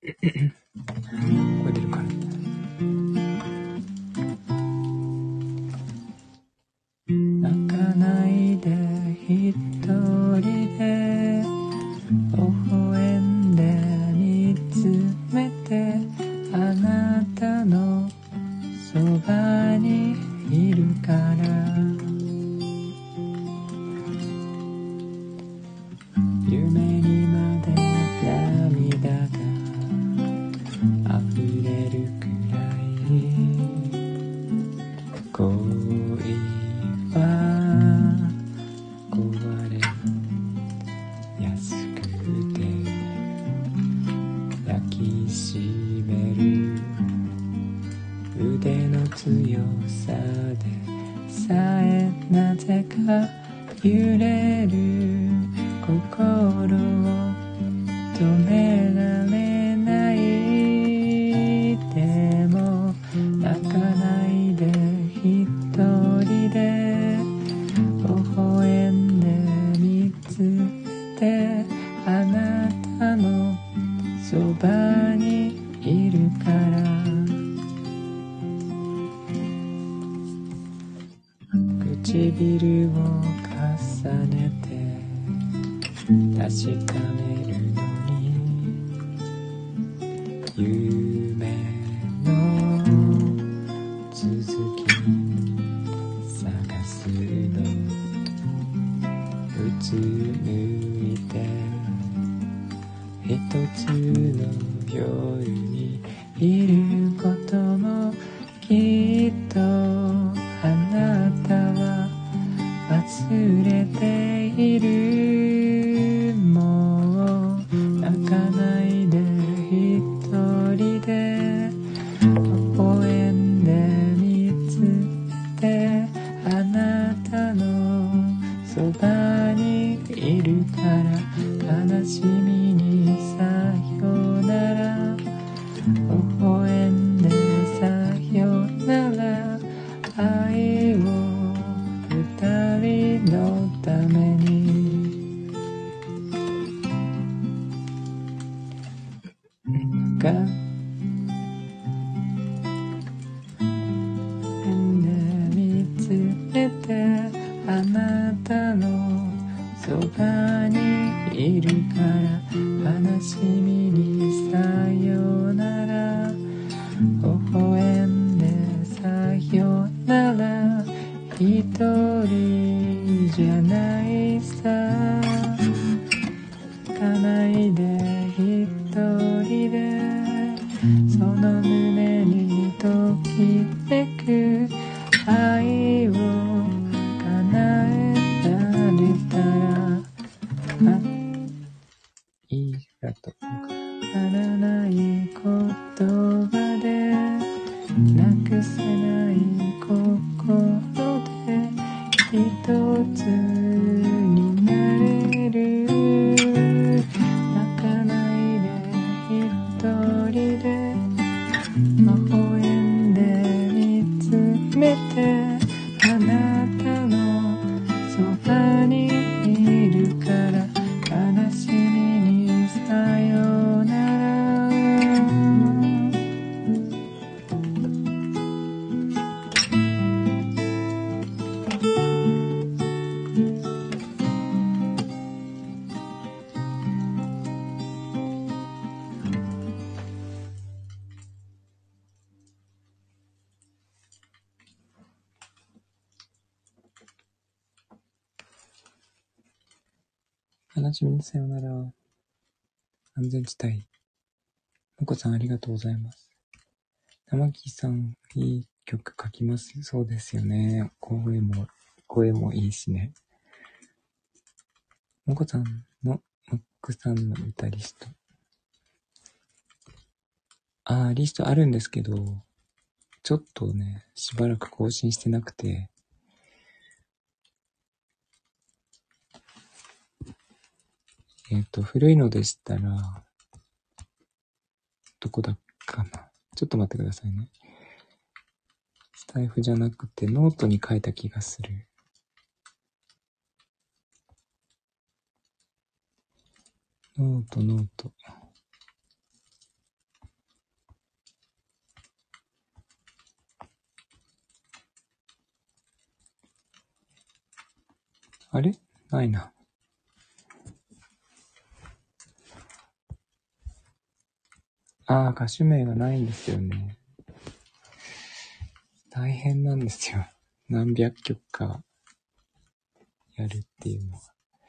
声出るかな。泣かないで一人で微笑んで見つめて、あなたのそばにいるから。夢にまで涙が溢れるくらい、恋は壊れやすくて、抱きしめる腕の強さでさえなぜか揺れる心を止められない。でも泣かないで一人で微笑んで見つめて、あなたのそばにいるから。唇を重ねて確かめるのに、夢の続き探すの。うつむいて一つの夜にいることもきっとあなたは忘れている。もう泣かないで一人で微笑んで見つめて、あなたのそばにいるから。悲しみにさよなら、微笑んでさよなら。愛を二人のために。が見つめて、あなたのそばにいるから。悲しみにさよなら、微笑んでさよなら。一人じゃないさ、泣かないで一人でその胸にときめく愛を叶えられたら。いいフラットならない言葉でなくせない心で一つになれる。泣かないで一人で微笑んで見つめて、あなたのそばにいるから。悲しみにさよなら。悲しみにさよなら。安全地帯。もこさんありがとうございます。玉木さん、いい曲書きます。そうですよね。声もいいしね。もこさんの、モックさんの歌リスト。リストあるんですけど、ちょっとね、しばらく更新してなくて、古いのでしたら、どこだかな。ちょっと待ってくださいね。スタイフじゃなくてノートに書いた気がする。ノート。 あれ？ないな。歌手名がないんですよね。大変なんですよ。何百曲かやるっていうのは。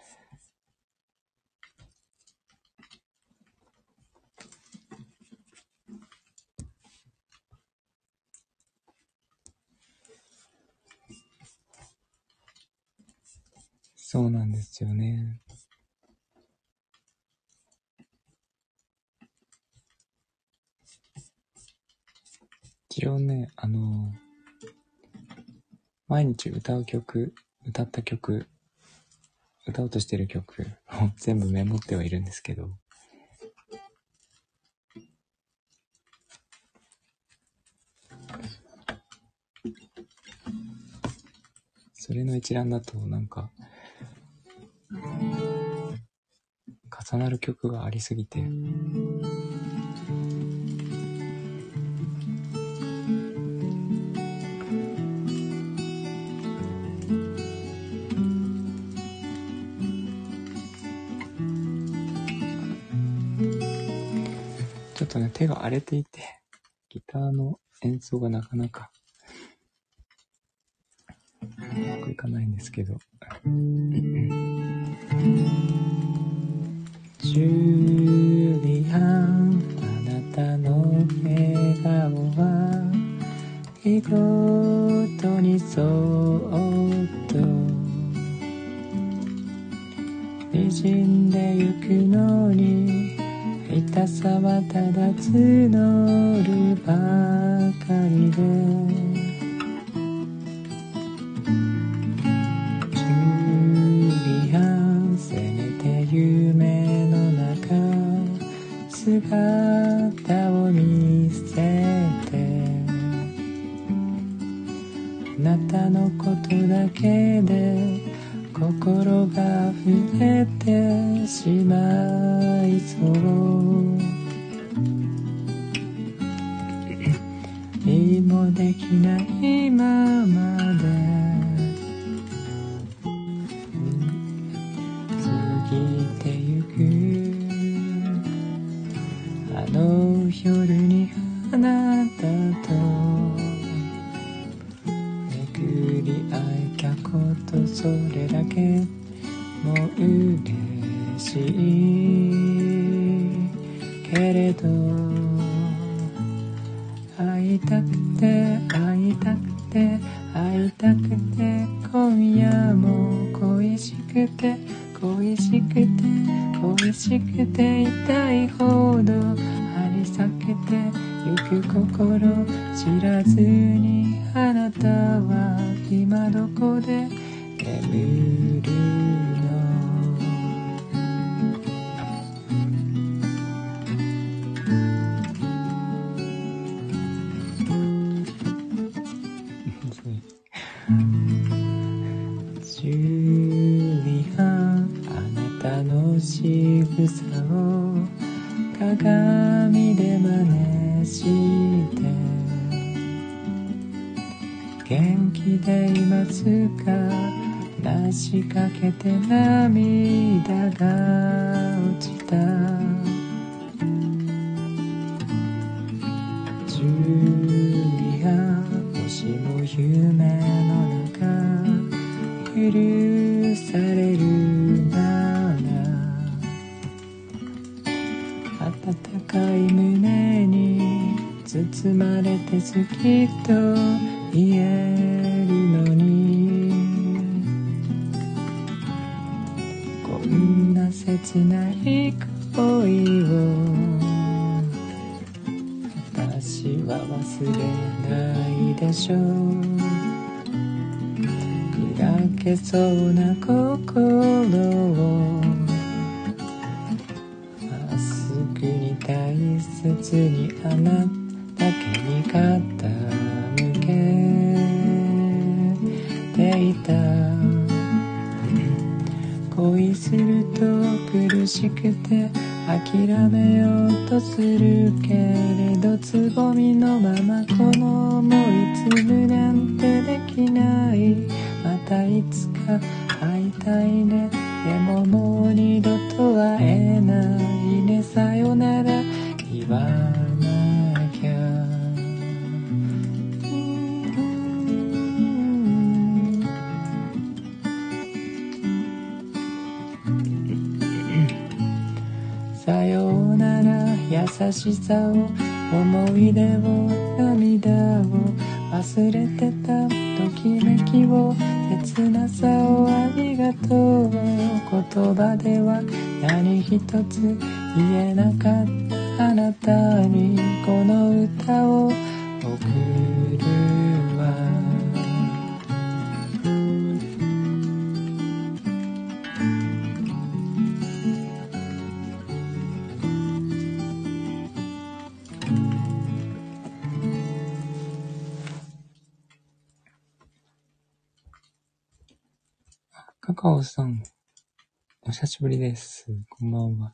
そうなんですよね。一応ね、毎日歌った曲、歌おうとしてる曲を全部メモってはいるんですけど、それの一覧だとなんか重なる曲がありすぎて、ちょっとね、手が荒れていて、ギターの演奏がなかなかうまくいかないんですけど。ジュリアン、あなたの笑顔は日ごとにそっと滲んでゆくのに、痛さはただ募るばかりで、ジュリアン、せめて夢の中姿を見せて、あなたのことだけで心が溢れてしまいそう。意もできないままで過ぎてゆく、あの夜にあなたと巡り会えたこと、それだけもう嬉しいけれど、会いたくて会いたくて会いたくて、今夜も恋しくて恋しくて恋しくて、痛いほど張り裂けてゆく心、知らずにあなたは今どこで眠るの。ジュリアン、あなたの仕草を鏡で真似して、元気でいますか、なしかけて涙が落ちた。ジュリアン、もしも夢の中許されるなら、温かい胸に包まれて好きと言えるのに、こんな切ない恋を私は忘れないでしょう。開けそうな心をまっすぐに大切にあなただけに傾けていた。恋すると苦しくて諦めようとするけれど、つぼみのままこの想い継ぐなんてできない。またいつか会いたいね、でももう二度と会えないね、さよなら言わなきゃ。さよなら優しさを、思い出を、涙を、忘れてたときめきを、切なさを、ありがとう。言葉では何一つ言えなかったあなたに、この歌を送るわ。カカオさん、お久しぶりです。こんばんは。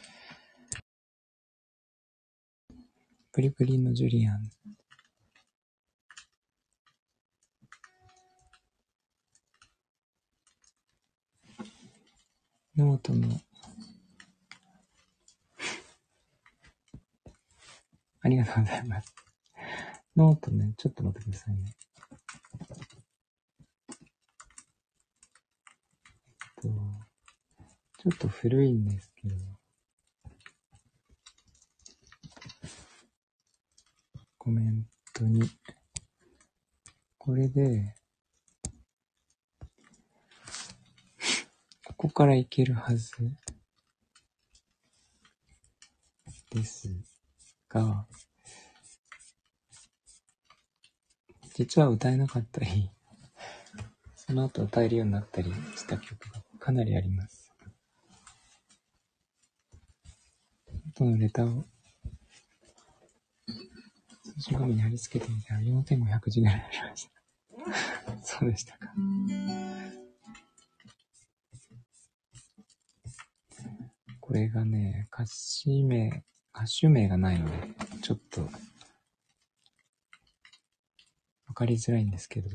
プリプリのジュリアン。ノートのありがとうございます。ノートね、ちょっと待ってくださいね。ちょっと古いんですけど、コメントに、これで、ここからいけるはずですが、実は歌えなかったり、その後歌えるようになったりした曲がかなりあります。このレターを通信画面に貼り付けてみたら4500字ぐらいありました。そうでしたか。これがね、歌手名がないので、ちょっとわかりづらいんですけど、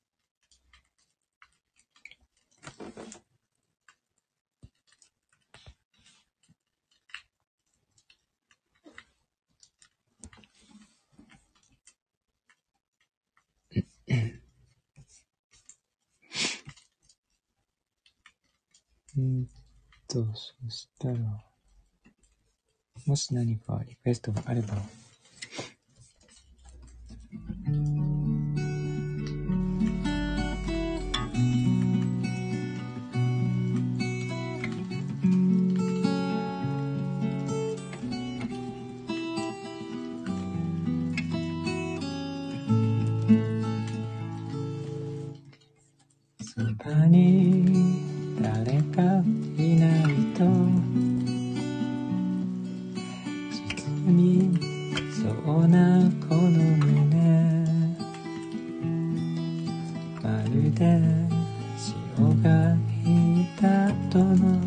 そしたら、もし何かリクエストがあれば、そばに誰かいないと沈みそうなこの胸、まるで潮が引いた後の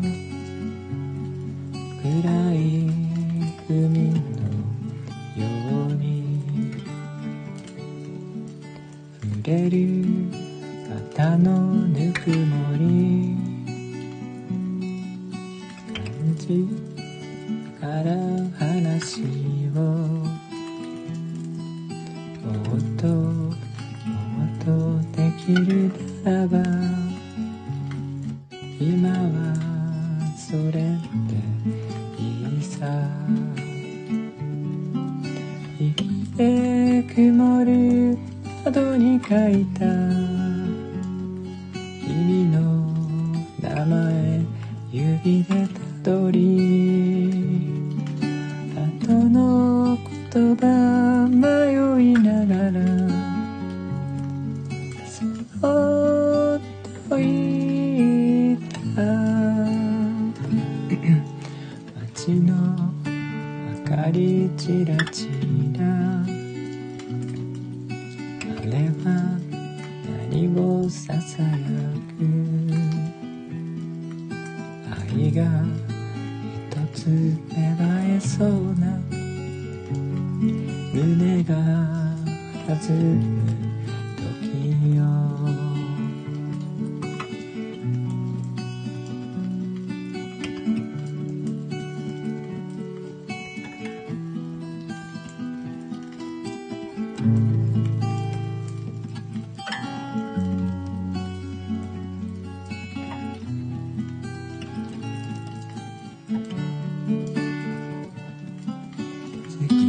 暗い海のように、触れる肩のぬくもり感じから話をもっとできるならば、今はそれでいいさ。息で曇る窓に書いた君の名前、指でたどり、後の言葉迷いながらそっと言った街の明かりちらちら、あれは何をささやく、愛が一つ芽生えそうな、胸が弾む時よ。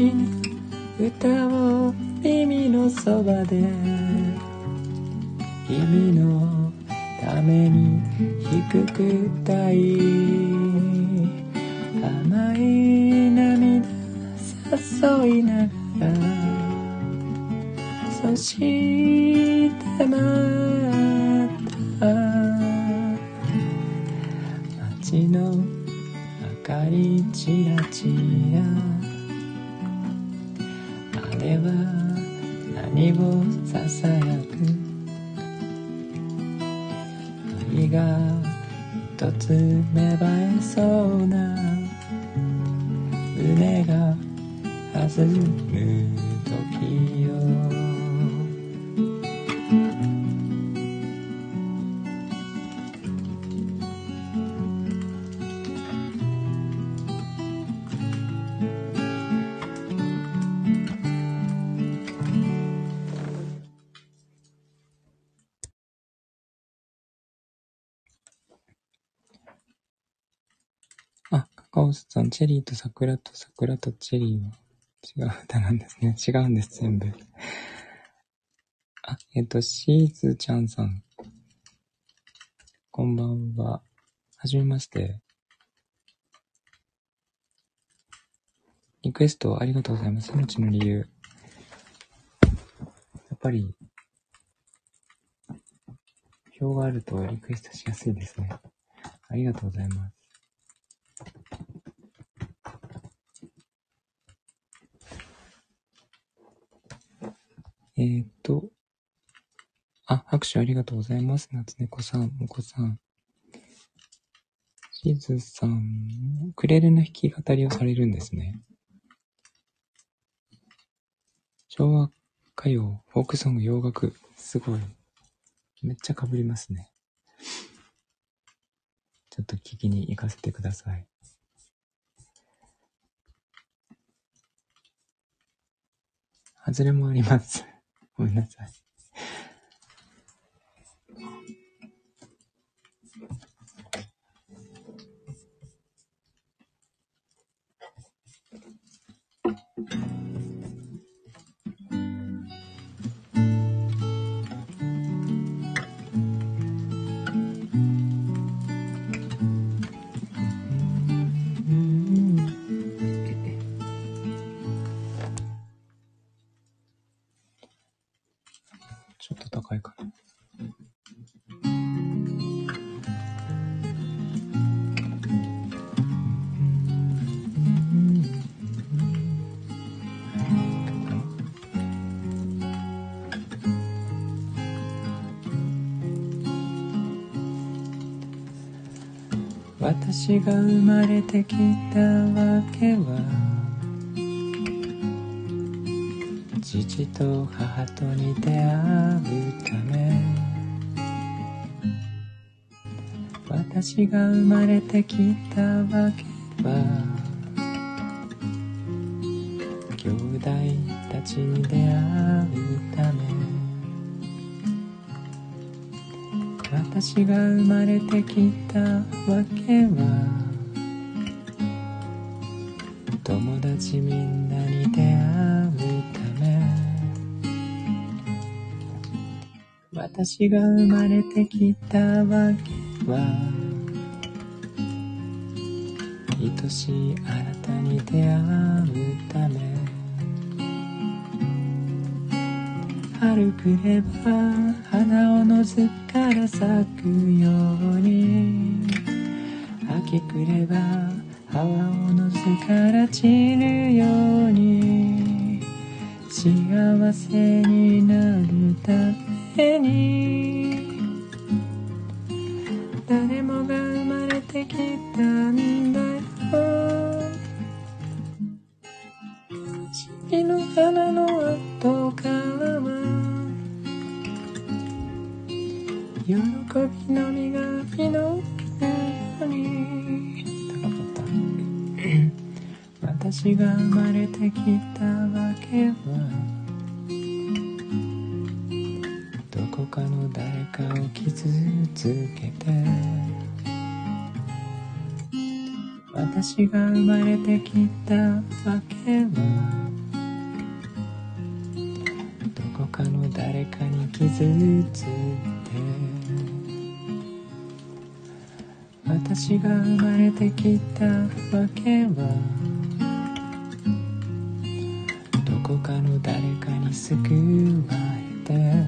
きな歌を耳のそばで君のために低く歌い甘い涙誘いながらそしてまた街の明かりチラチラあれは何をささやく愛が一つ芽生えそうな胸が弾む時よカオスさん、チェリーと桜と桜とチェリーは違う歌なんですね。違うんです、全部。シーズちゃんさん。こんばんは。はじめまして。リクエストありがとうございます。命の理由。やっぱり、表があるとリクエストしやすいですね。ありがとうございます。拍手ありがとうございます。夏猫さん、もこさん。しずさん、ウクレレの弾き語りをされるんですね。昭和歌謡、フォークソング、洋楽、すごい。めっちゃ被りますね。ちょっと聞きに行かせてください。外れもあります。ごめんなさい。ちょっと高いかな。私が生まれてきたわけは父と母とに出会うため私が生まれてきたわけは兄弟たちに出会うため私が生まれてきたわけは友達みんなに出会うため私が生まれてきたわけは愛しいあなたに出会うため春来れば花をのずから咲くように秋来れば葉はおのずから散るように幸せになるために誰もが生まれてきたんだよ四季の花の後からは喜びの実が実るように高かった私が生まれてきたわけはどこかの誰かを傷つけて私が生まれてきたわけはかの誰かに傷ついて、私が生まれてきたわけは、どこかの誰かに救われて、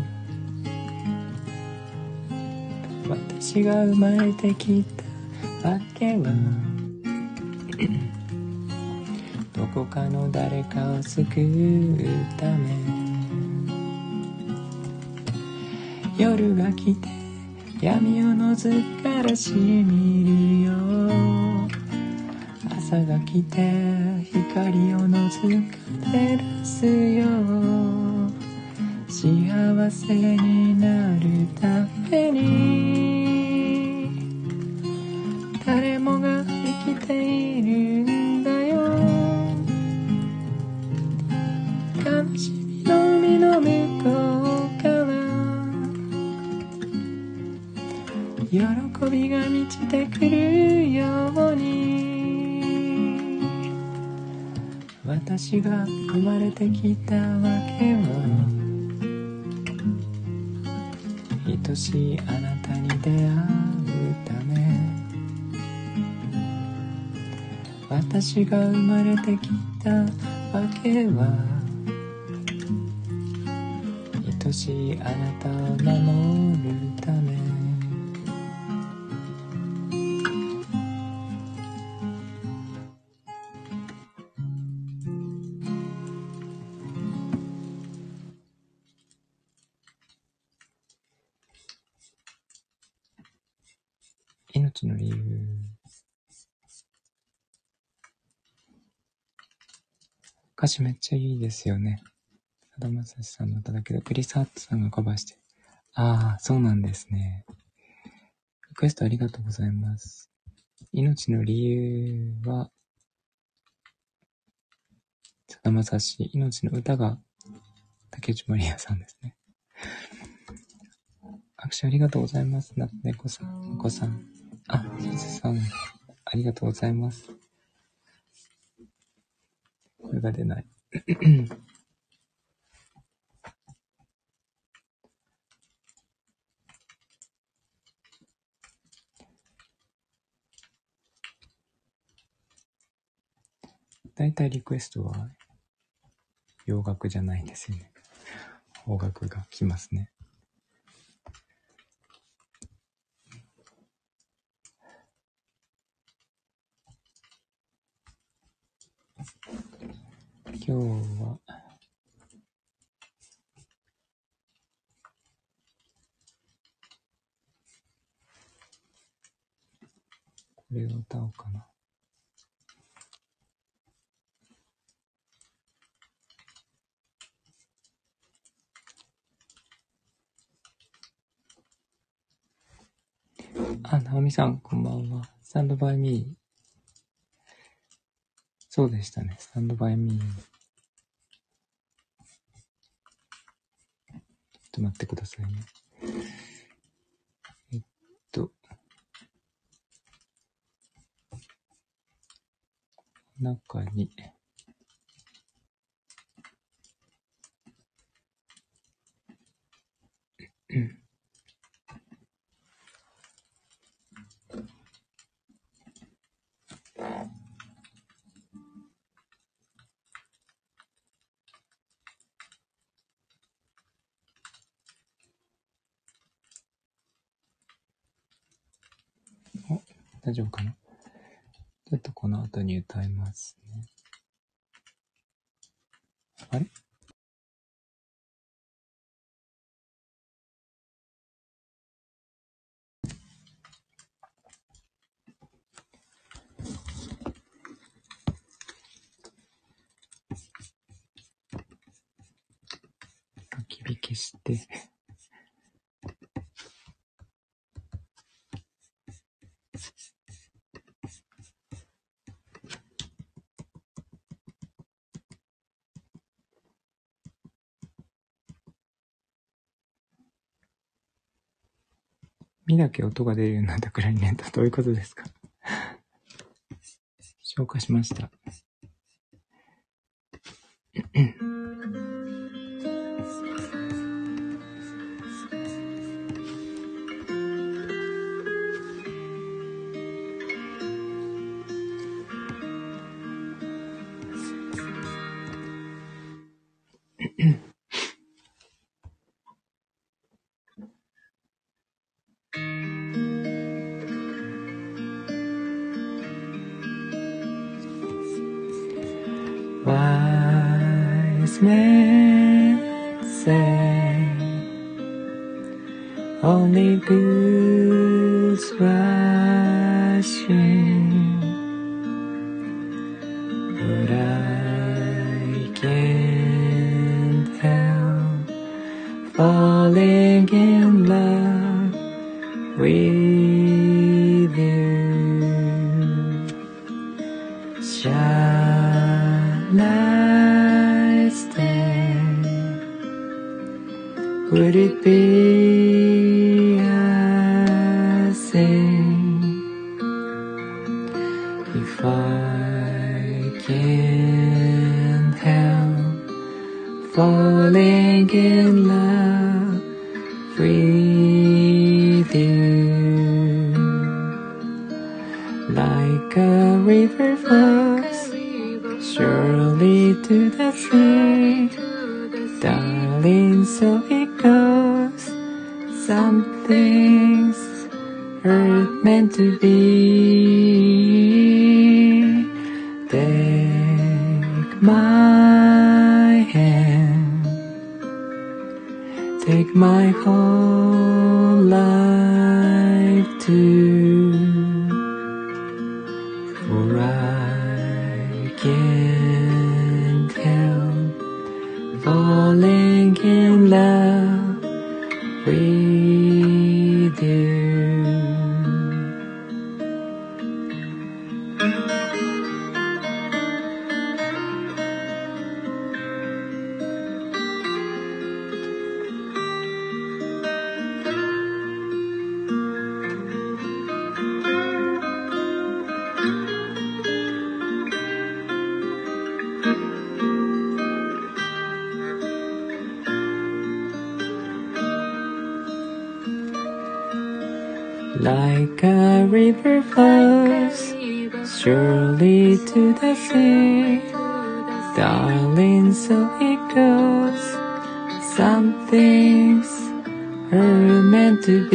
私が生まれてきたわけは、どこかの誰かを救うため。夜が来て闇をのずからしみるよ、朝が来て光をのずか照らすよ、幸せになるために誰もが生きているんだよ。悲しみの海の向こうから喜びが満ちてくるように、私が生まれてきたわけは、愛しいあなたに出会うため。私が生まれてきたわけは、愛しいあなたを守るため。命の理由。歌詞めっちゃいいですよね。さだまさしさんの歌だけど、クリス・ハットさんがカバーして。ああ、そうなんですね。リクエストありがとうございます。命の理由は、さだまさし、命の歌が竹内まりやさんですね。握手ありがとうございます。なつねこさん、まこさん。あ、しずさん、ありがとうございます。声が出ない。だいたいリクエストは洋楽じゃないんですよね。邦楽が来ますね。今日はこれを歌おうかな。あ、なおみさん、こんばんは。スタンドバイミー。そうでしたね。スタンドバイミー。ちょっと待ってくださいね。中に、大丈夫かな。ちょっとこの後に歌いますね。あれ？焚き火消して。見だけ音が出るようになったくらいにね、どういうことですか？消化しました。 Wise men say only goods rushing, but I can't help falling in love with you. Shall I stay? Would it be a sin if I can't help falling in love with you? Like a river flows surely to the sea, darling, so it goes. Some things are meant to be. Take my hand, take my whole life too, for I can't help falling in love with you. Like a river flows surely to the sea, darling, so it goes. Some things are meant to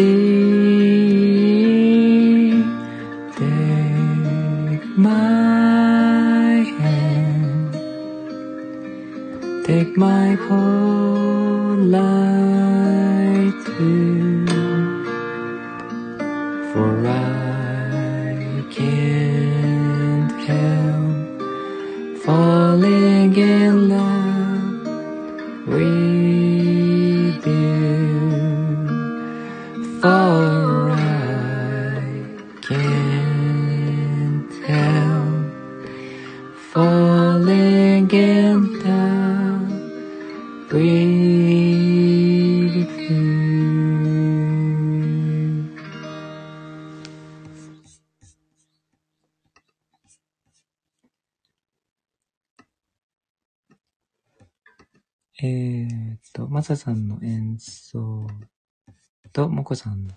be. Take my hand, take my whole life too, for I can't help falling in love with you, for I can't help falling in love with you.マサさんの演奏とモコさんの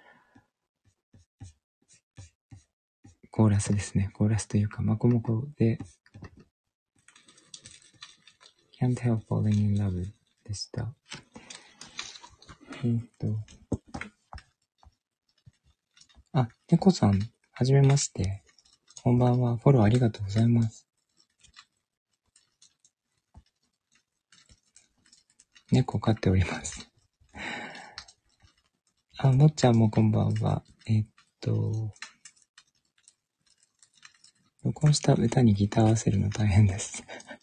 コーラスですね。コーラスというかマコモコで Can't Help Falling in Love でした。猫さん、はじめまして。こんばんは。フォローありがとうございます。猫飼っております。もっちゃんもこんばんは。録音した歌にギター合わせるの大変です。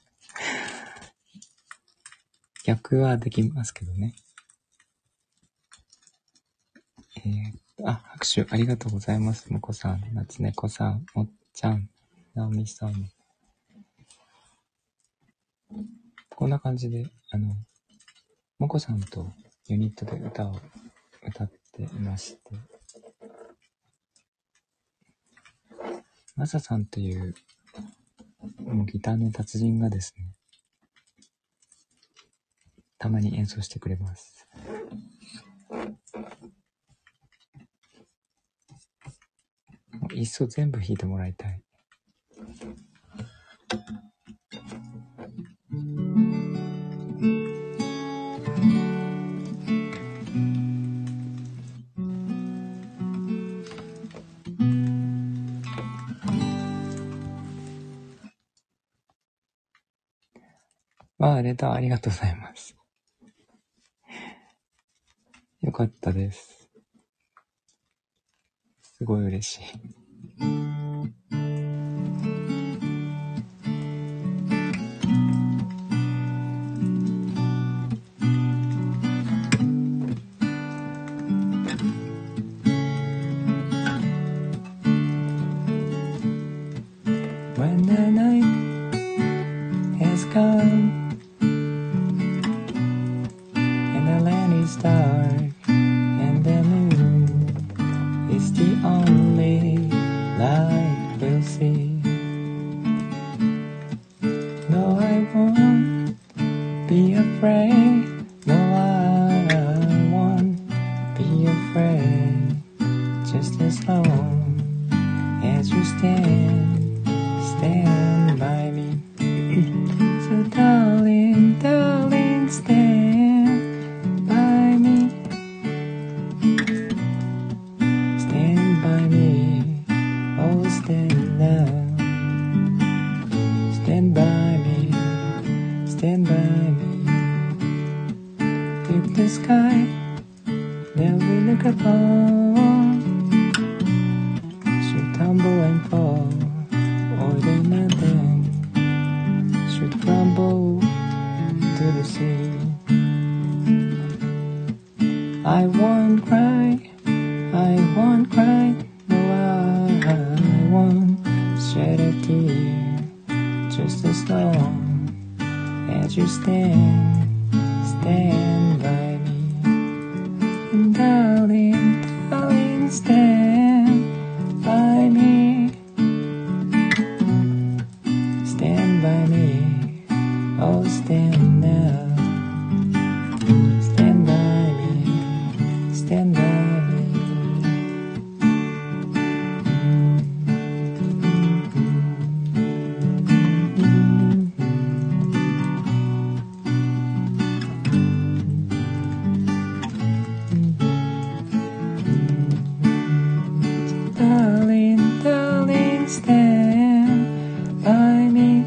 逆はできますけどね。拍手ありがとうございます。もこさん、なつねこさん、もっちゃん、なおみさん。こんな感じで、もこさんとユニットで歌を歌っていまして、マサさんというギターの達人がですね、たまに演奏してくれます。いっそ全部弾いてもらいたい。 レターありがとうございます。よかったです。すごい嬉しい。When the night has come and the land is dark and the moon is the only light we'll see. No, I won't be afraid. No, I won't be afraid. Just as long as you stand by me. So darling, darling, stand by me. Stand by me. Oh, stand now. Stand by me. Stand by me. If the sky that we look upon should tumble and fall, or the mountain should crumble to the sea, I won't cry, I won't cry, no, I won't shed a tear, just as long as you stand by me. And darling, darling, stand by me. Stand by me, oh stand now. Stand by me, stand by me. Darling, darling, stand by me.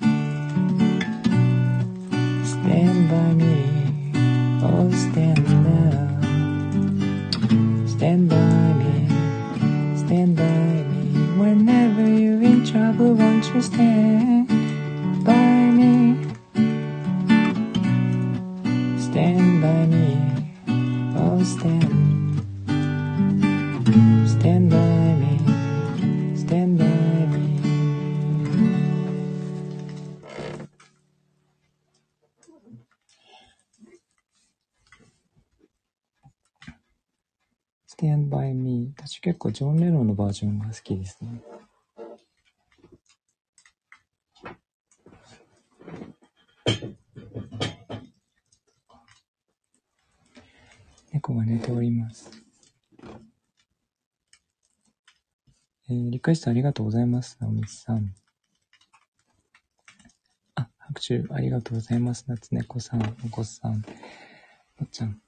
Stand by me, oh stand now. Stand by me, stand by me. Whenever you're in trouble, won't you stand by me? Stand by me, oh stand by me, stand by me. スタンバイミー。私結構ジョン・レノンのバージョンが好きですね。猫が寝ております。リクエストありがとうございます、なおみさん。あ、拍手ありがとうございます、夏猫さん、おこさん、おっちゃん。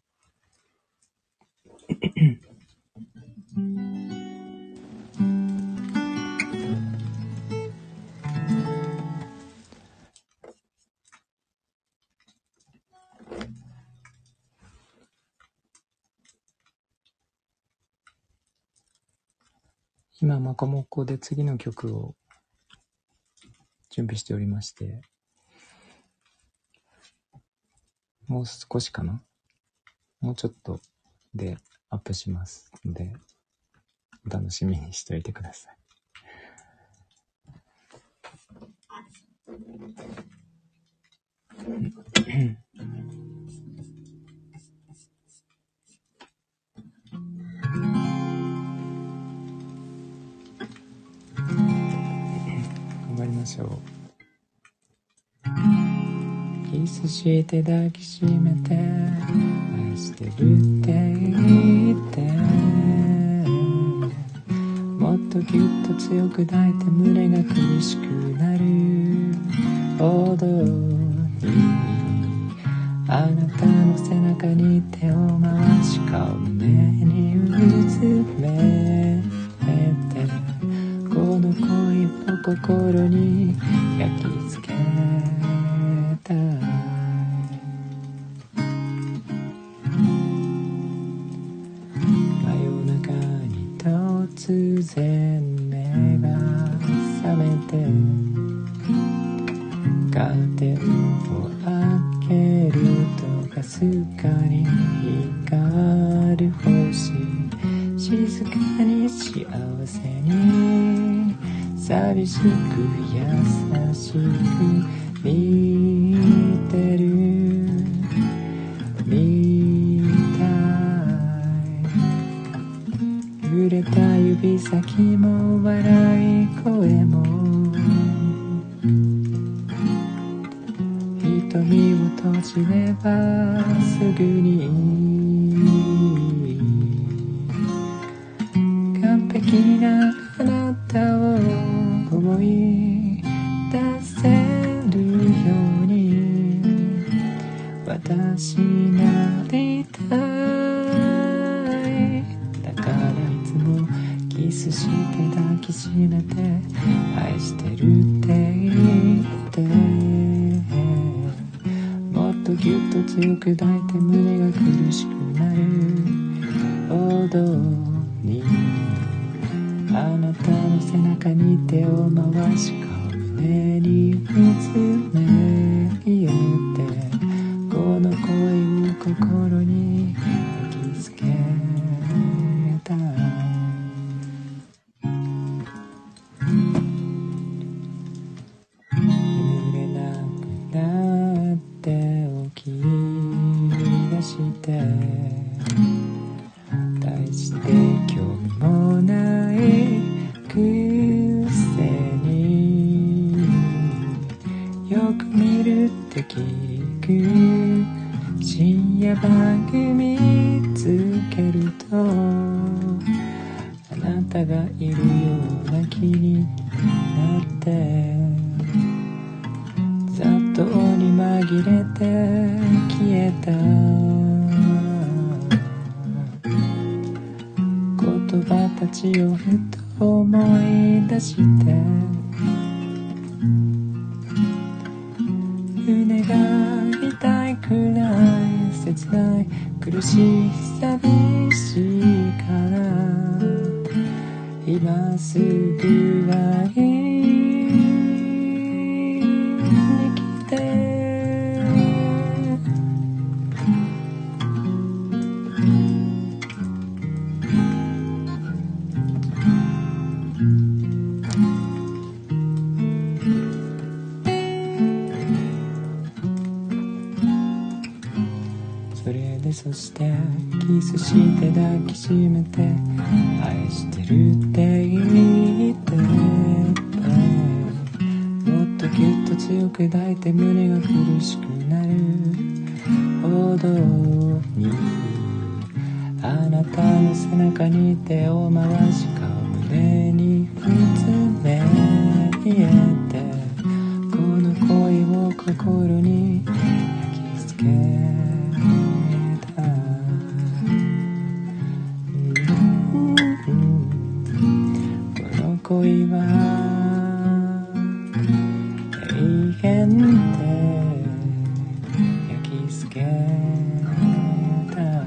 今、マコモコで次の曲を準備しておりまして、もう少しかな？もうちょっとでアップしますので、お楽しみにしておいてください。頑張りましょう。キスして抱きしめて愛してるって言ってもっとぎゅっと強く抱いて胸が苦しくなるほどにあなたの背中に手を回し顔胸にうずめてこの恋の心に焼き付けたカーテンを開けるとかすかに光る星、静かに幸せに寂しく優しく見てるみたい。揺れた指先も笑い声も瞳を閉じればすぐに完璧なあなたを思い出せるように私なりたい。だからいつもキスして抱きしめて愛してるって言ってもっとぎゅっと強く抱いて胸が苦しくなるほどにあなたの背中に手を回し顔胸に見つめ入れてこの恋を心に焼き付けたい。眠れなくなって起き出して大して興味もないくせによく見るって聞く深夜番組つけるとあなたがいるような気になってざっとに紛れて消えた言葉たちをふと思い出して胸が痛いくらい切ない苦しい寂しいから今すぐ会いに来てそしてキスして抱きしめて愛してるって言ってもっとぎゅっと強く抱いて胸が苦しくなるほどにあなたの背中に手を回し顔胸に見つめ入れてこの恋を心に焼き付け恋は永遠で焼き付けたい。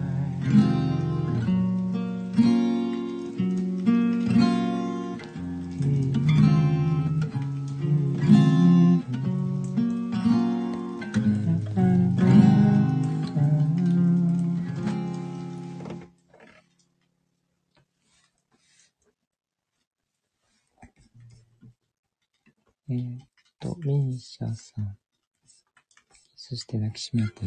ミーシャさん。そして抱きしめて。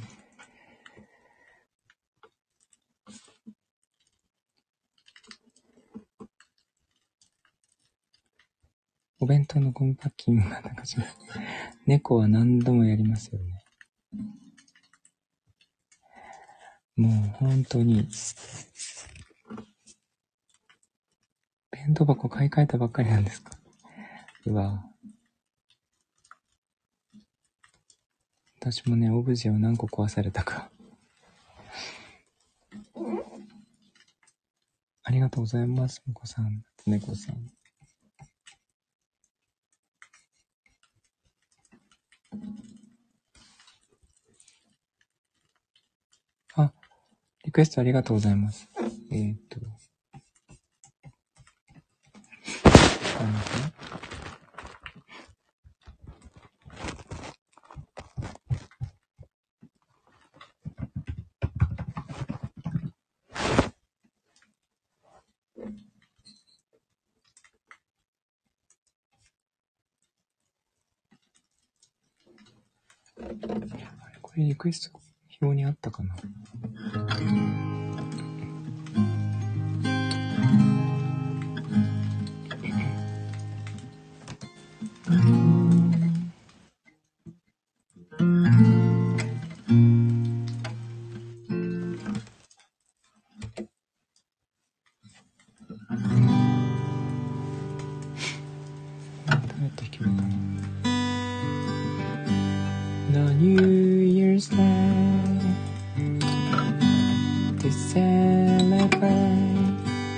お弁当のゴミパッキングがなんか違う。猫は何度もやりますよね。もう本当に。弁当箱買い替えたばっかりなんですか。うわ。私もね、オブジェを何個壊されたか。ありがとうございます、もこさん、つねこさん。あ、リクエストありがとうございます。 これリクエスト表にあったかな。No New Year's Day to celebrate,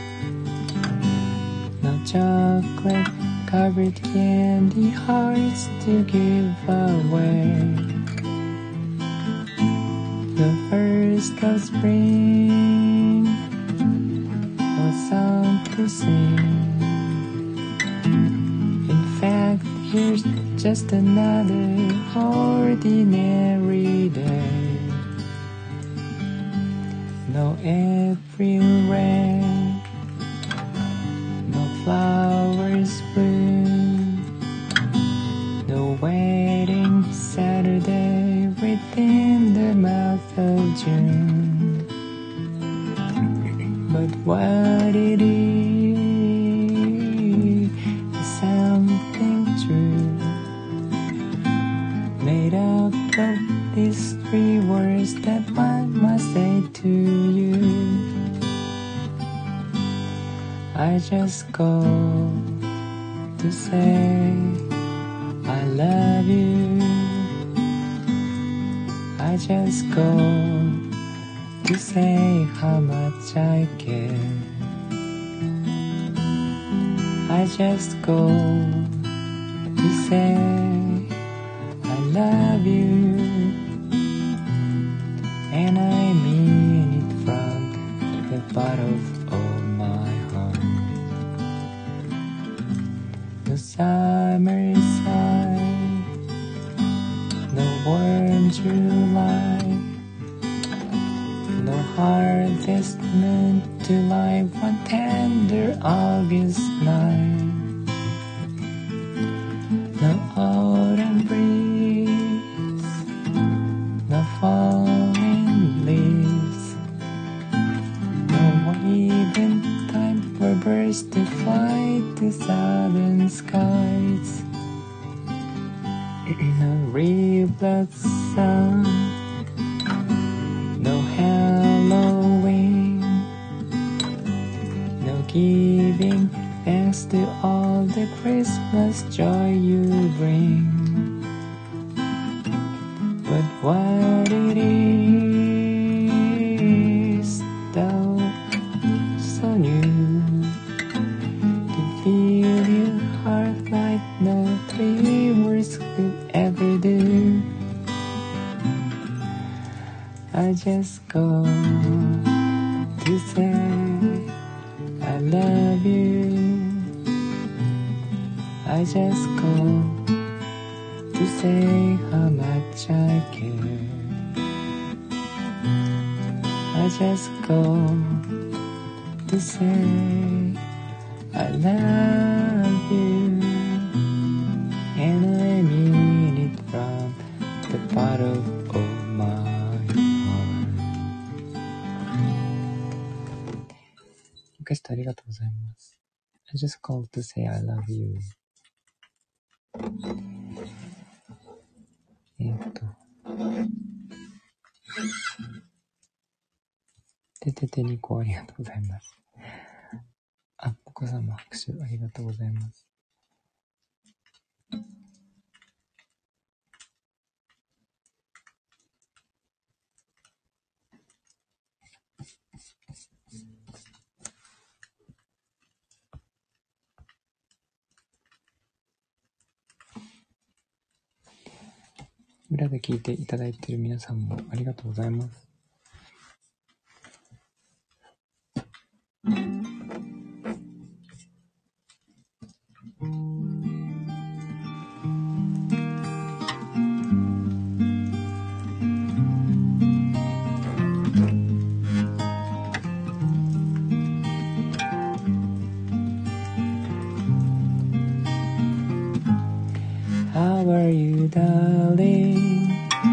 no chocolate covered candy hearts to give away, the first of spring, no song to sing. In fact, here's just another ordinary day. No April rain, no flowers bloom, no wedding Saturday within the month of June. But what it is something true, made up of these three words that one must say to you. I just go to say I love you. I just go to say how much I care. I just go to say I love you, and I mean it from the bottom of my heart. No summer sun, no warm July, no hardest moon to light one tender August night. No autumn breeze, no falling leaves, no even time for birds to fly to southern skies. No real blossom, no Halloween, no giving thanks to all the Christmas joy you bring. But what it is, though so new, to feel your heart like no three words could ever do. I just go to say I love you. I just go to say how much I care. I just go to say I love you, and I mean it from the bottom of my heart. リクエストありがとうございます。I just called to say I love you. てててにこありがとうございます。あ、お子様拍手ありがとうございます。裏で聞いていただいている皆さんもありがとうございます。How are you, darling?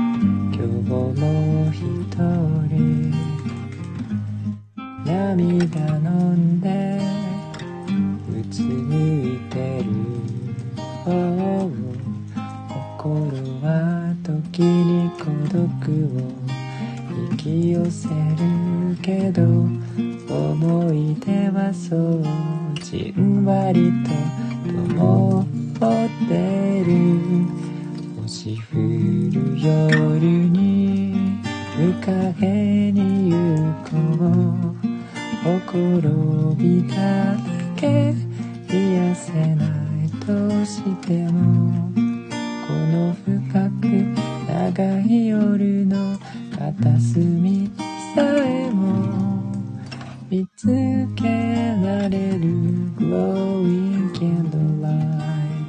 涙飲んでうつむいてる、oh、心は時に孤独を引き寄せるけど、思い出はそうじんわりと灯ってる。星降る夜に無影に行こう、ほころびだけ癒せないとしても、この深く長い夜の片隅さえも見つけられる Glowing candlelights。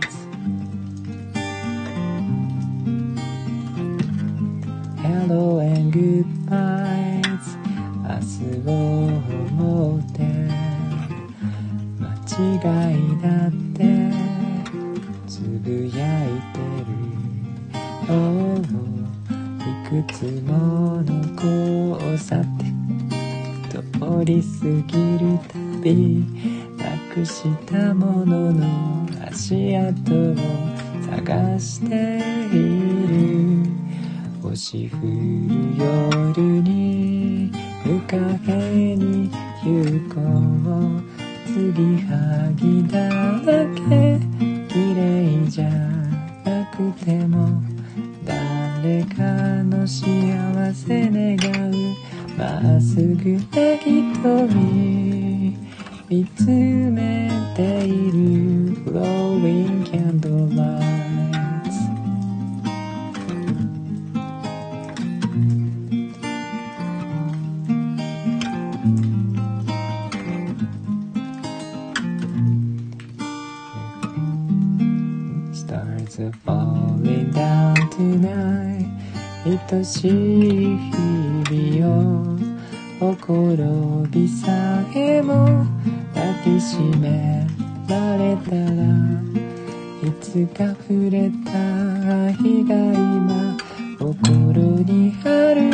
Hello and goodbyes。 明日を思って間違いだってつぶやいてる、oh、いくつもの交差点通り過ぎるたび、なくしたものの足跡を探している。星降る夜に無影に行こう、継ぎはぎだけ綺麗じゃなくても誰かの幸せ願うまっすぐな瞳見つめている Glowing candlelights。 Stars are falling down tonight。 愛しい日々をほころびさえも抱きしめられたら、いつか触れた愛が今心にある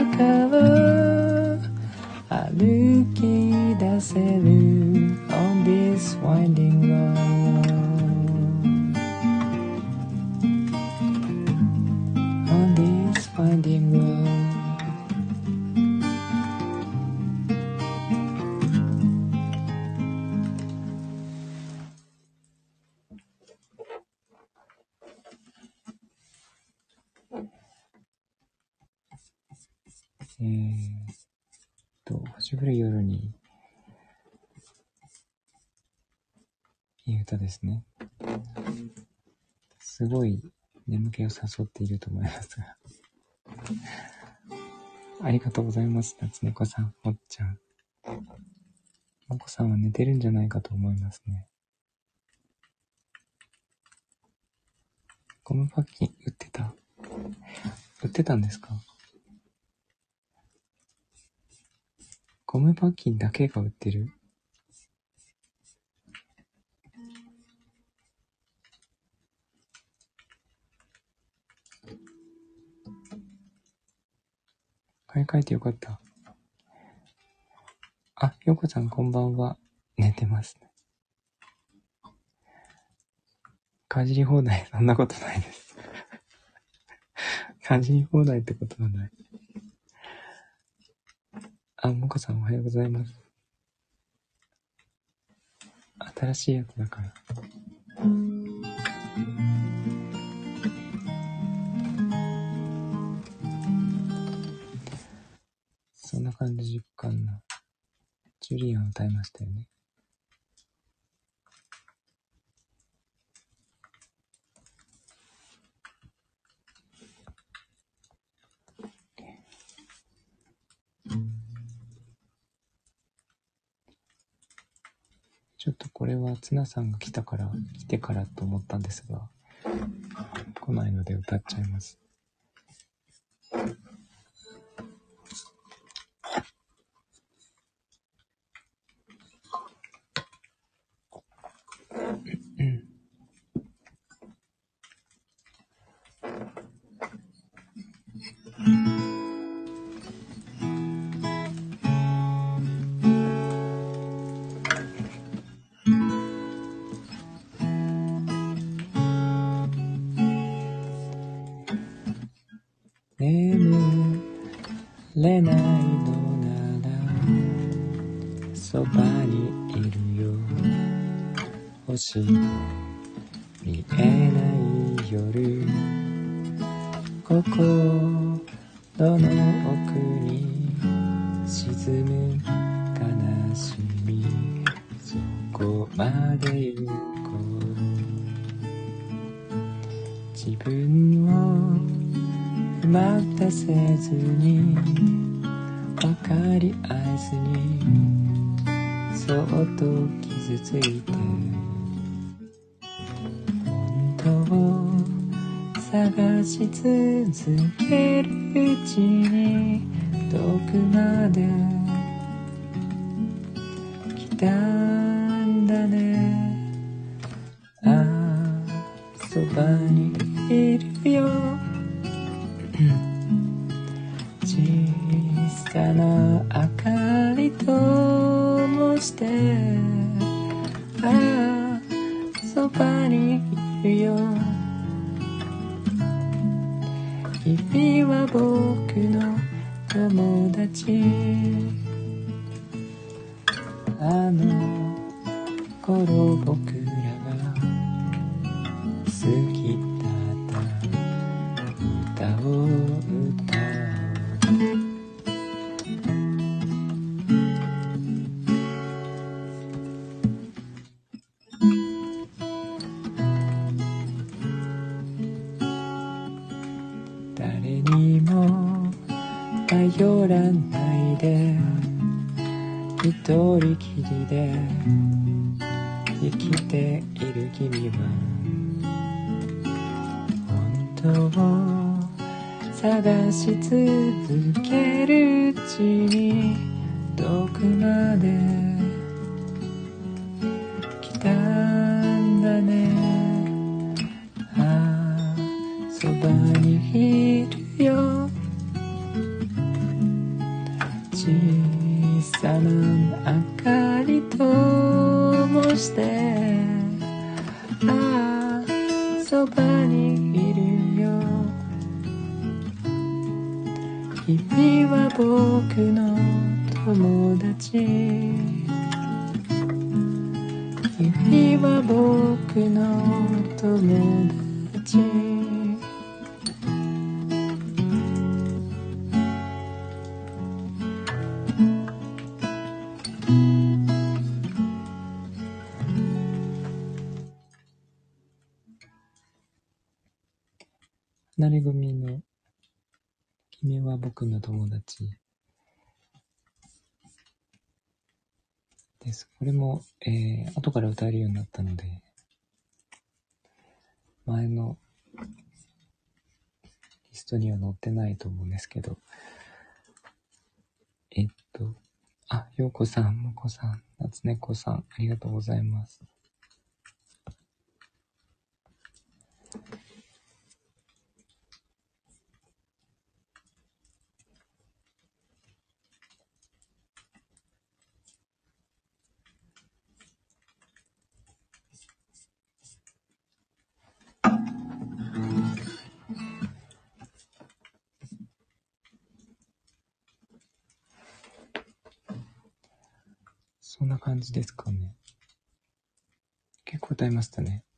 から歩き出せる On this winding road。 On this winding road。星降る夜にいい歌ですね。すごい眠気を誘っていると思いますがありがとうございます。夏猫さん、もっちゃん。もこさんは寝てるんじゃないかと思いますね。ゴムパッキン売ってたんですか？ゴムパッキンだけが売ってる？買い替えてよかった。あ、よこさんこんばんは。寝てますね。かじり放題、そんなことないです。かじり放題ってことはない。あ、もこさんおはようございます。新しいやつだから。そんな感じかな。ジュリアン歌いましたよね。ちょっとこれはツナさんが来てからと思ったんですが、来ないので歌っちゃいます。 眠れないのならそばにいるよ。星見えない夜、心の奥に沈む悲しみ、そこまで行こう。自分を不満たせずに分かり合えずにそっと傷ついて、本当を探し続けるうちに遠くまで来たんだね。ああ、そばにいるよ。小さな明かりとしてああ、そばにいるよ。君は僕の友達。あの頃僕らが好きだった歌を歌おう。誰にも頼らないで一人きりで生きている君は本当を探し続けるうちに遠くまで来たんだね。ああ、そばにいるよ。小さな明かりともしてああ、そばにいるよ。君は僕の友達。君は僕の友達。離れ組の君は僕の友達です。これも、後から歌えるようになったので、前のリストには載ってないと思うんですけど、ようこさん、もこさん、なつねこさん、ありがとうございます。そんな感じですかね。結構歌いましたね。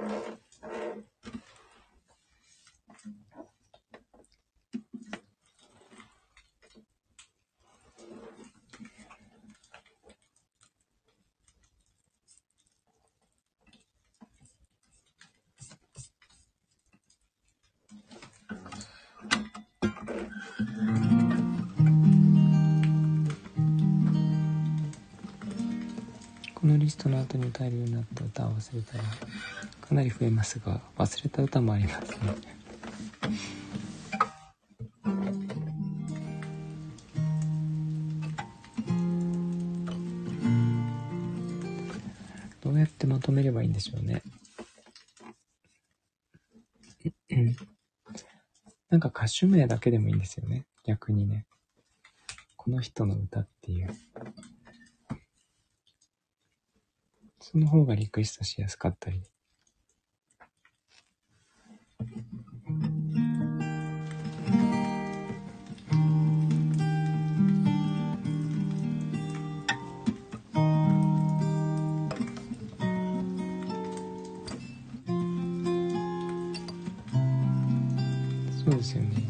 このリストの後に歌えるようになった歌を忘れたらかなり増えますが、忘れた歌もありますね。どうやってまとめればいいんでしょうね。なんか歌手名だけでもいいんですよね。逆にね。この人の歌っていう。その方がリクエストしやすかったり。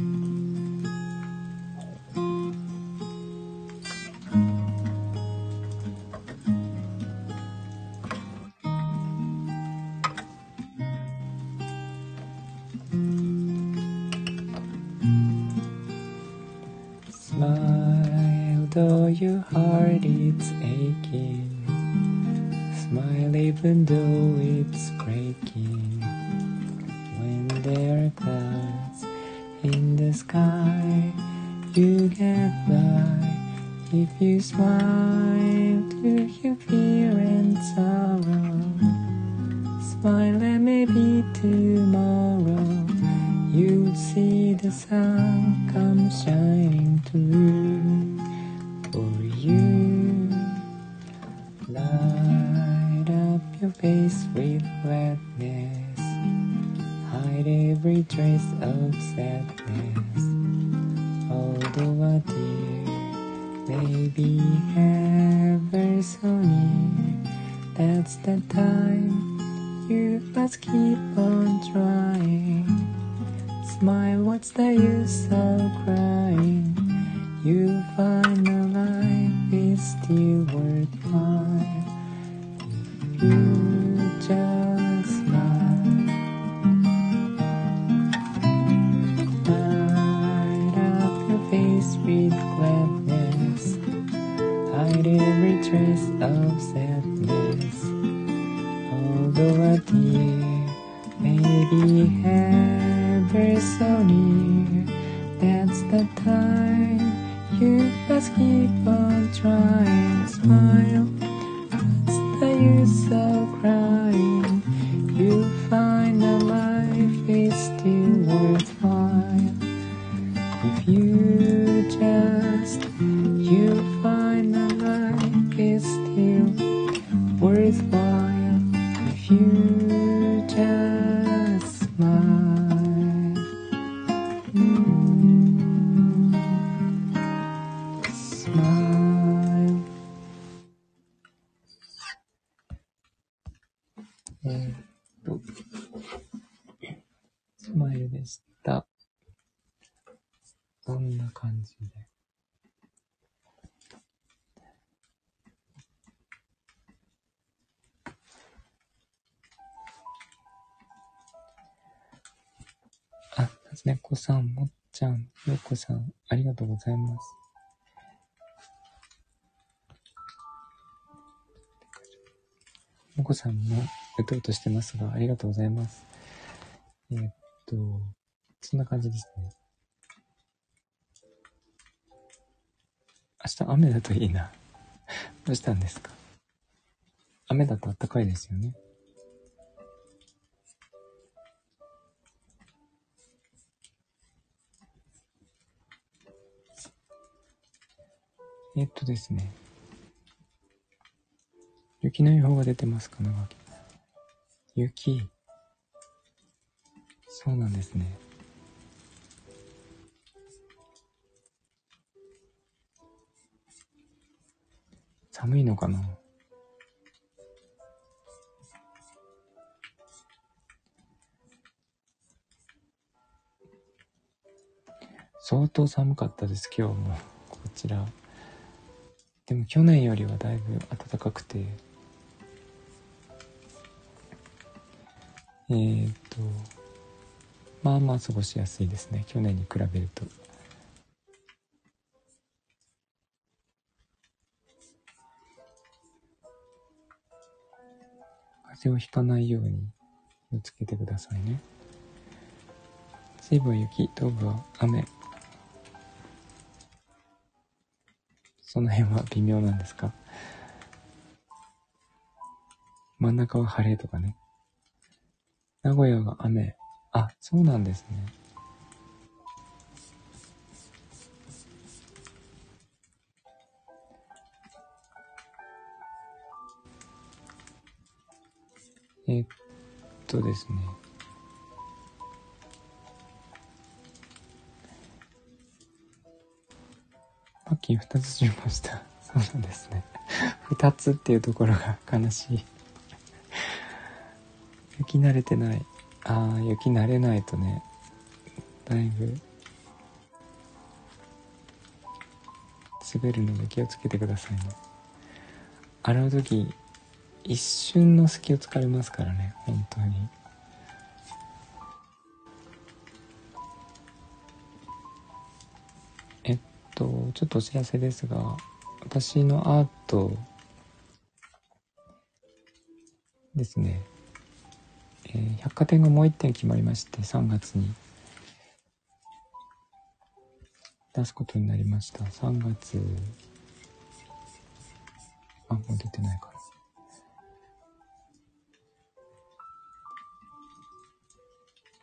Smile though your heart is aching. Smile even though it's breaking. When there are clouds in the sky, you get by. If you smile to your fear and sorrow, smile and maybe tomorrow you'll see the sun come shining through for you. Light up your face with gladness, hide every trace of sadness. Although a tear may be ever so near, that's the time you must keep on trying. Smile, what's the use of crying? You'll find a life is still worthwhile if you just smile. Light up your face with gladness, hide every trace of sadness. Although a tear may be ever so near, that's the time you must keep on trying. Smile, what's the use of crying? You'll find that life is still worthwhile if you just, you'll find that life is still worthwhile if you just smile. Smile. スマイルでした。どんな感じで。あ、夏猫さん、もっちゃん、ようこさん、ありがとうございます。もこさんもうとうとしてますが、ありがとうございます。そんな感じですね。明日雨だといいな。どうしたんですか？雨だと暖かいですよね。ですね。雪の予報が出てますか？長木。雪。そうなんですね。寒いのかな？相当寒かったです、今日も。こちら。でも去年よりはだいぶ暖かくて。まあまあ過ごしやすいですね。去年に比べると。風邪をひかないように気をつけてくださいね。西部は雪、東部は雨。その辺は微妙なんですか？真ん中は晴れとかね。名古屋が雨。あ、そうなんですね。ですね。パッキン2つしました。そうなんですね。2つっていうところが悲しい。雪慣れてない。雪慣れないとね、だいぶ滑るので気をつけてくださいね。洗うとき一瞬の隙を突かれますからね、本当に。ちょっとお知らせですが、私のアートですね、百貨店がもう1点決まりまして、3月に出すことになりました。3月、もう出てないから。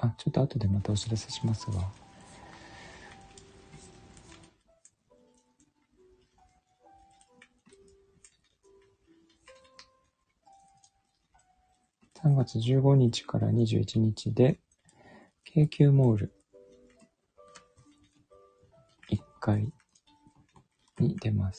ちょっと後でまたお知らせしますが、3月15日から21日で、京急モール1階に出ます。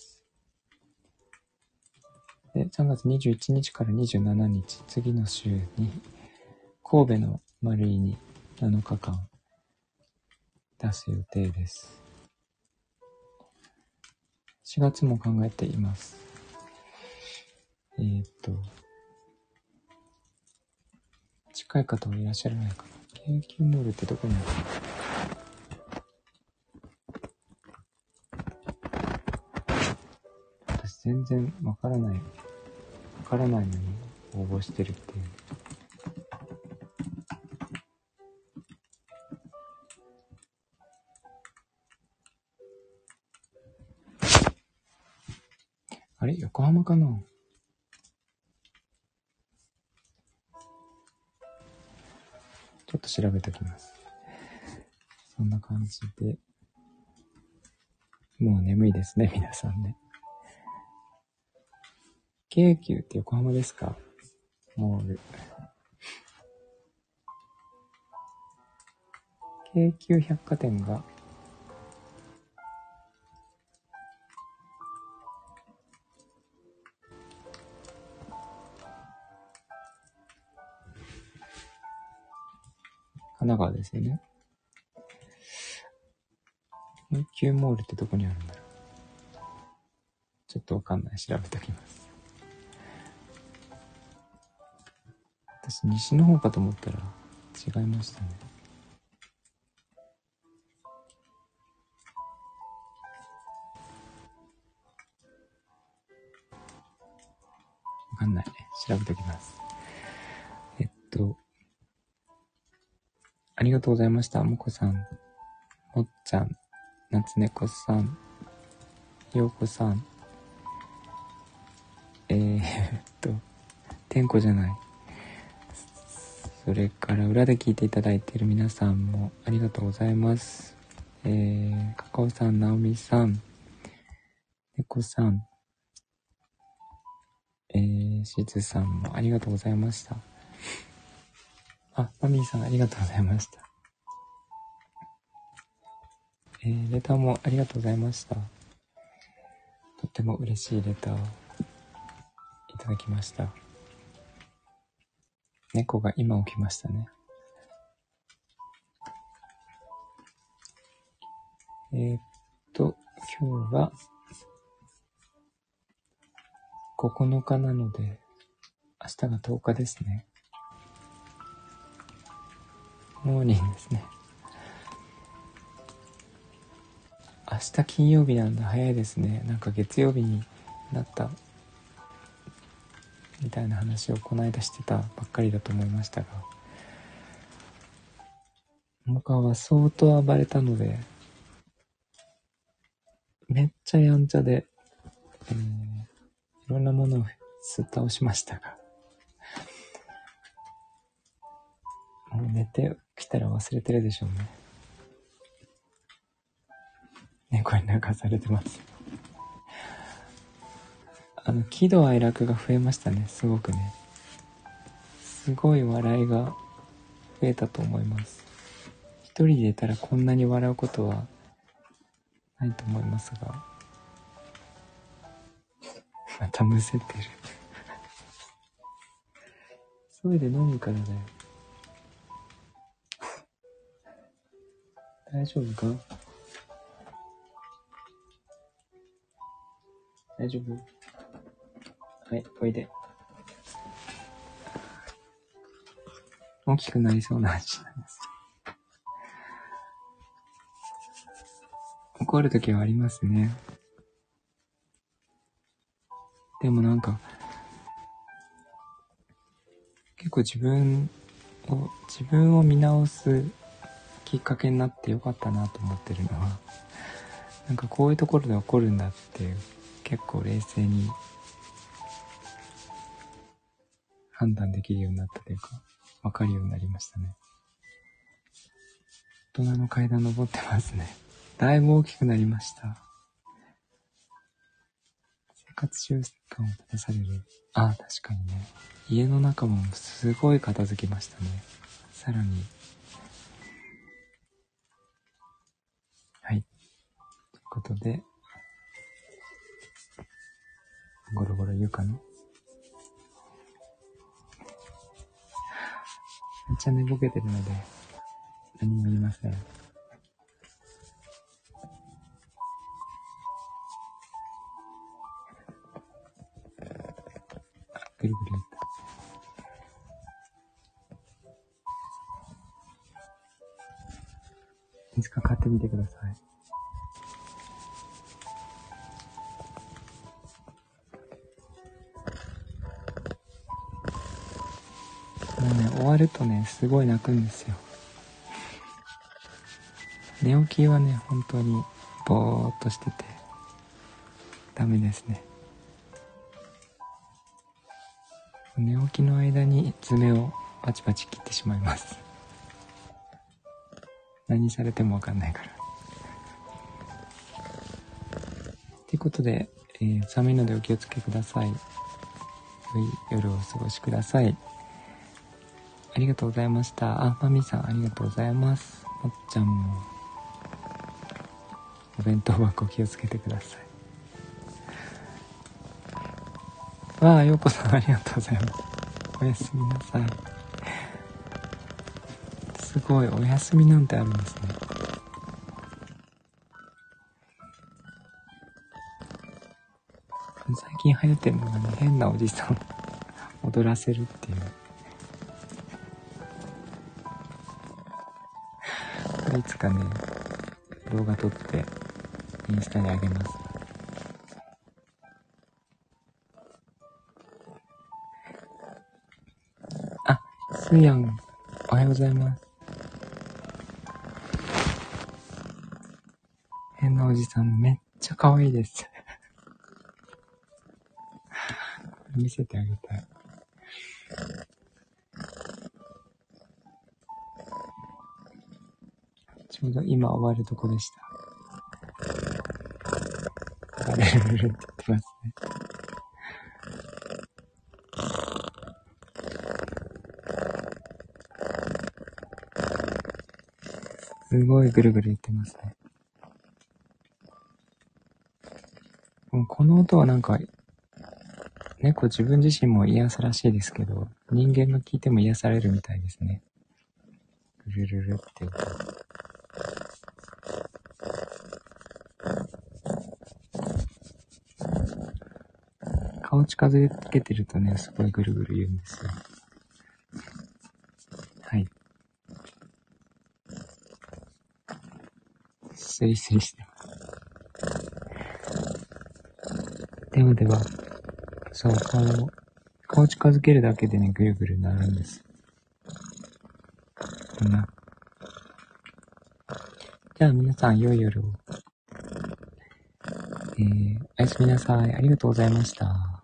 で、3月21日から27日、次の週に、神戸の丸井に7日間出す予定です。4月も考えています。近い方はいらっしゃらないかな。京急モールってどこにあるの？私全然わからないのに応募してるっていう。あれ？横浜かな？ちょっと調べておきます。そんな感じで。もう眠いですね、皆さんね。京急って横浜ですか？モール。京急百貨店が神奈川ですよね。京急モールってどこにあるんだろう。ちょっとわかんない。調べておきます。私、西の方かと思ったら違いましたね。わかんないね。調べておきます。ありがとうございました。もこさん、もっちゃん、なつねこさん、ようこさん、てんこじゃない。それから裏で聞いていただいている皆さんもありがとうございます。かかおさん、なおみさん、ねこさん、しずさんもありがとうございました。マミーさんありがとうございました。レターもありがとうございました。とっても嬉しいレターをいただきました。猫が今起きましたね。今日は9日なので、明日が10日ですね。モーニングですね。明日金曜日なんだ。早いですね。なんか月曜日になったみたいな話をこの間してたばっかりだと思いましたが、モカは相当暴れたので、めっちゃやんちゃで、いろんなものをすっ倒しましたが、もう寝てきたら忘れてるでしょうね。猫に泣かされてます。喜怒哀楽が増えましたね。すごくね。すごい笑いが増えたと思います。一人でいたらこんなに笑うことはないと思いますが、またむせてる。それで飲むからだよ。大丈夫か？ 大丈夫？はい、おいで。大きくなりそうな話なんです。怒るときはありますね。でもなんか、結構自分を見直すきっかけになってよかったなと思ってるのは、なんかこういうところで怒るんだっていう、結構冷静に判断できるようになったというか、わかるようになりましたね。大人の階段登ってますね。だいぶ大きくなりました。生活習慣を正される。あ、確かにね。家の中もすごい片付きましたね。さらに。はい。ということで、ゴロゴロ言うかな。めっちゃ寝ぼけてるので、何も言いません。ぐるぐる言った。いつか買ってみてください。もうね、終わるとね、すごい泣くんですよ。寝起きはね、本当にぼーっとしてて、ダメですね。寝起きの間に爪をパチパチ切ってしまいます。何されてもわかんないから。ということで、寒いのでお気をつけください。良い夜をお過ごしください。ありがとうございました。あ、マミさんありがとうございます。もっちゃんもお弁当箱気をつけてください。わあ、ようこさんありがとうございます。おやすみなさい。すごい、お休みなんてあるんですね。最近流行ってるのがね、変なおじさんを踊らせるっていう。これいつかね、動画撮ってインスタにあげます。あ、すーやん、おはようございます。変なおじさんめっちゃ可愛いです。見せてあげたい。ちょうど今終わるとこでした。あれるるるって言ってますね。すごいぐるぐる言ってますね。この音はなんか、猫自分自身も癒さらしいですけど、人間が聞いても癒されるみたいですね。ぐるるるって音。顔近づけてるとね、すごいぐるぐる言うんですよ。はい。スリスリしてます。では、そう、顔近づけるだけでね、ぐるぐるなるんです。こんな。じゃあ皆さん、良い夜を。おやすみなさい。ありがとうございました。